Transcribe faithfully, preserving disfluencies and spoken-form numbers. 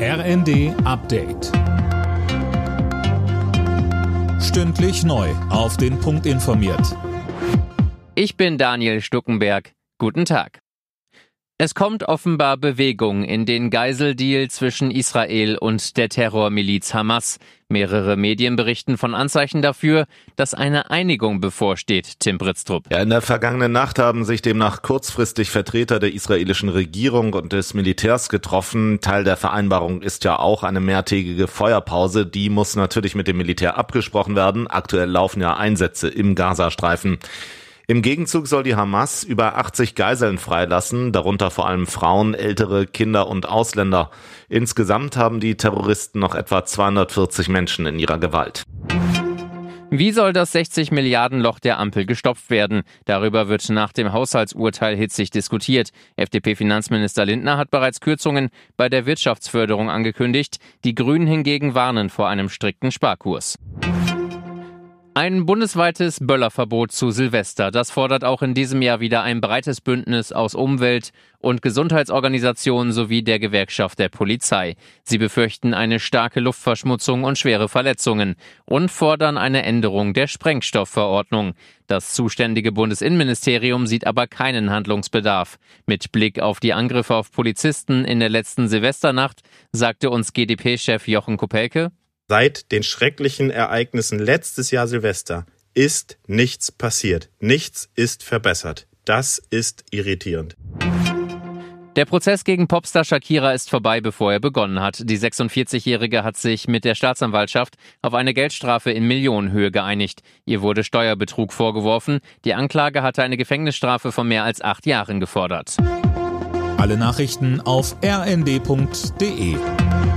R N D Update. Stündlich neu auf den Punkt informiert. Ich bin Daniel Stuckenberg. Guten Tag. Es kommt offenbar Bewegung in den Geiseldeal zwischen Israel und der Terrormiliz Hamas. Mehrere Medien berichten von Anzeichen dafür, dass eine Einigung bevorsteht, Tim Britztrup. Ja, in der vergangenen Nacht haben sich demnach kurzfristig Vertreter der israelischen Regierung und des Militärs getroffen. Teil der Vereinbarung ist ja auch eine mehrtägige Feuerpause. Die muss natürlich mit dem Militär abgesprochen werden. Aktuell laufen ja Einsätze im Gazastreifen. Im Gegenzug soll die Hamas über achtzig Geiseln freilassen, darunter vor allem Frauen, Ältere, Kinder und Ausländer. Insgesamt haben die Terroristen noch etwa zweihundertvierzig Menschen in ihrer Gewalt. Wie soll das sechzig Milliarden Loch der Ampel gestopft werden? Darüber wird nach dem Haushaltsurteil hitzig diskutiert. F D P-Finanzminister Lindner hat bereits Kürzungen bei der Wirtschaftsförderung angekündigt. Die Grünen hingegen warnen vor einem strikten Sparkurs. Ein bundesweites Böllerverbot zu Silvester. Das fordert auch in diesem Jahr wieder ein breites Bündnis aus Umwelt- und Gesundheitsorganisationen sowie der Gewerkschaft der Polizei. Sie befürchten eine starke Luftverschmutzung und schwere Verletzungen und fordern eine Änderung der Sprengstoffverordnung. Das zuständige Bundesinnenministerium sieht aber keinen Handlungsbedarf. Mit Blick auf die Angriffe auf Polizisten in der letzten Silvesternacht sagte uns G d P-Chef Jochen Kopelke: Seit den schrecklichen Ereignissen letztes Jahr Silvester ist nichts passiert. Nichts ist verbessert. Das ist irritierend. Der Prozess gegen Popstar Shakira ist vorbei, bevor er begonnen hat. Die sechsundvierzigjährige hat sich mit der Staatsanwaltschaft auf eine Geldstrafe in Millionenhöhe geeinigt. Ihr wurde Steuerbetrug vorgeworfen. Die Anklage hatte eine Gefängnisstrafe von mehr als acht Jahren gefordert. Alle Nachrichten auf r n d punkt d e.